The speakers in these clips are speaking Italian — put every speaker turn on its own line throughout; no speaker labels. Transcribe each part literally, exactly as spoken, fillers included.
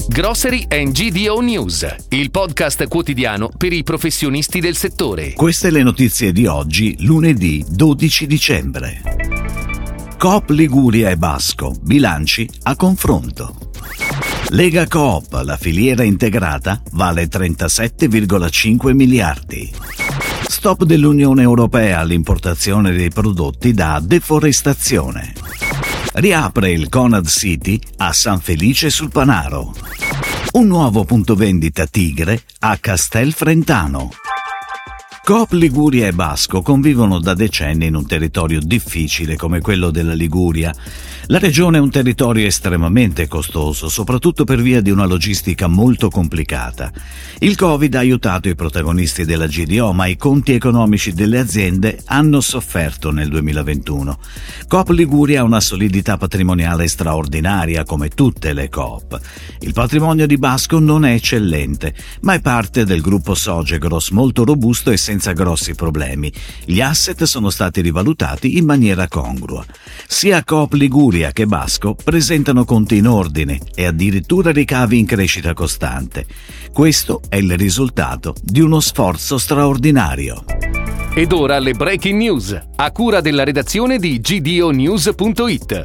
Grocery and G D O News, il podcast quotidiano per i professionisti del settore.
Queste le notizie di oggi, lunedì dodici dicembre. Coop Liguria e Basco, bilanci a confronto. Lega Coop, la filiera integrata, vale trentasette virgola cinque miliardi. Stop dell'Unione Europea all'importazione dei prodotti da deforestazione. Riapre il Conad City a San Felice sul Panaro. Un nuovo punto vendita Tigre a Castelfrentano. Coop Liguria e Basco convivono da decenni in un territorio difficile come quello della Liguria. La regione è un territorio estremamente costoso, soprattutto per via di una logistica molto complicata. Il Covid ha aiutato i protagonisti della G D O, ma i conti economici delle aziende hanno sofferto nel duemilaventuno. Coop Liguria ha una solidità patrimoniale straordinaria, come tutte le Coop. Il patrimonio di Basco non è eccellente, ma è parte del gruppo Sogegros, molto robusto e senza grossi problemi. Gli asset sono stati rivalutati in maniera congrua. Sia Coop Liguria che Basco presentano conti in ordine e addirittura ricavi in crescita costante. Questo è il risultato di uno sforzo straordinario.
Ed ora le breaking news, a cura della redazione di G D O News punto it.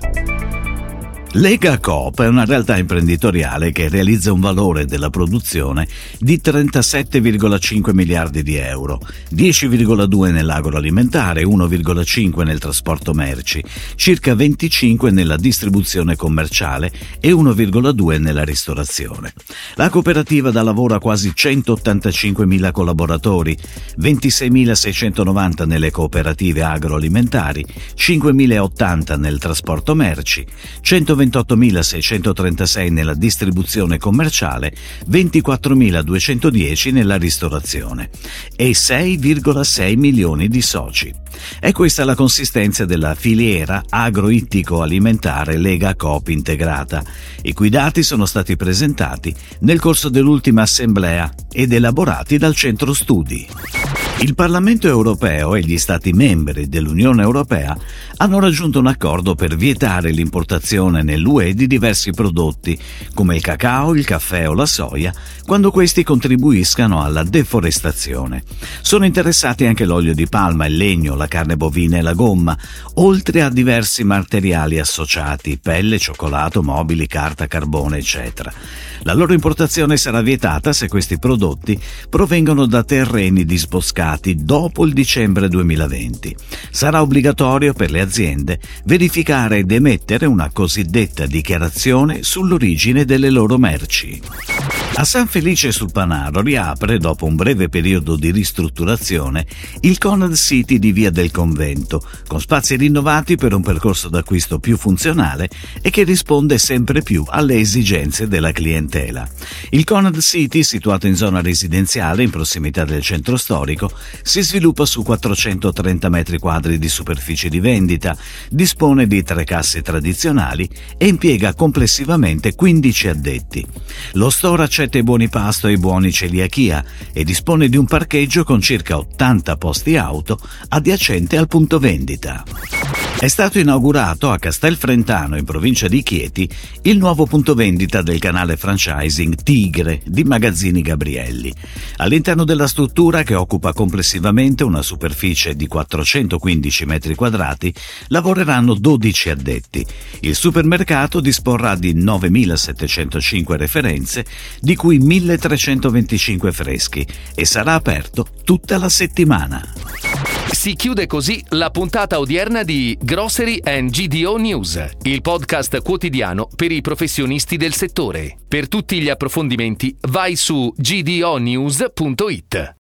Lega Coop è una realtà imprenditoriale che realizza un valore della produzione di trentasette virgola cinque miliardi di euro, dieci virgola due nell'agroalimentare, uno virgola cinque nel trasporto merci, circa venticinque nella distribuzione commerciale e uno virgola due nella ristorazione. La cooperativa dà lavoro a quasi centottantacinquemila collaboratori, ventiseiemilaseicentonovanta nelle cooperative agroalimentari, cinquemilaottanta nel trasporto merci, centoventottomilaseicentotrentasei nella distribuzione commerciale, ventiquattromiladuecentodieci nella ristorazione e sei virgola sei milioni di soci. È questa la consistenza della filiera agro-ittico-alimentare Lega Coop integrata, i cui dati sono stati presentati nel corso dell'ultima assemblea ed elaborati dal Centro Studi. Il Parlamento europeo e gli Stati membri dell'Unione Europea hanno raggiunto un accordo per vietare l'importazione nell'U E di diversi prodotti, come il cacao, il caffè o la soia, quando questi contribuiscano alla deforestazione. Sono interessati anche l'olio di palma, il legno, la carne bovina e la gomma, oltre a diversi materiali associati, pelle, cioccolato, mobili, carta, carbone, eccetera. La loro importazione sarà vietata se questi prodotti provengono da terreni disboscati dopo il dicembre duemilaventi. Sarà obbligatorio per le aziende verificare ed emettere una cosiddetta dichiarazione sull'origine delle loro merci. A San Felice sul Panaro riapre, dopo un breve periodo di ristrutturazione, il Conad City di Via del Convento, con spazi rinnovati per un percorso d'acquisto più funzionale e che risponde sempre più alle esigenze della clientela. Il Conad City, situato in zona residenziale in prossimità del centro storico, si sviluppa su quattrocentotrenta metri quadri di superficie di vendita, dispone di tre casse tradizionali e impiega complessivamente quindici addetti. Lo store accetta i buoni pasto e i buoni celiachia e dispone di un parcheggio con circa ottanta posti auto adiacente al punto vendita. È stato inaugurato a Castelfrentano, in provincia di Chieti, il nuovo punto vendita del canale franchising Tigre di Magazzini Gabrielli. All'interno della struttura, che occupa complessivamente una superficie di quattrocentoquindici metri quadrati, lavoreranno dodici addetti. Il supermercato disporrà di novemilasettecentocinque referenze, di cui milletrecentoventicinque freschi, e sarà aperto tutta la settimana.
Si chiude così la puntata odierna di Grocery and G D O News, il podcast quotidiano per i professionisti del settore. Per tutti gli approfondimenti vai su G D O News punto it.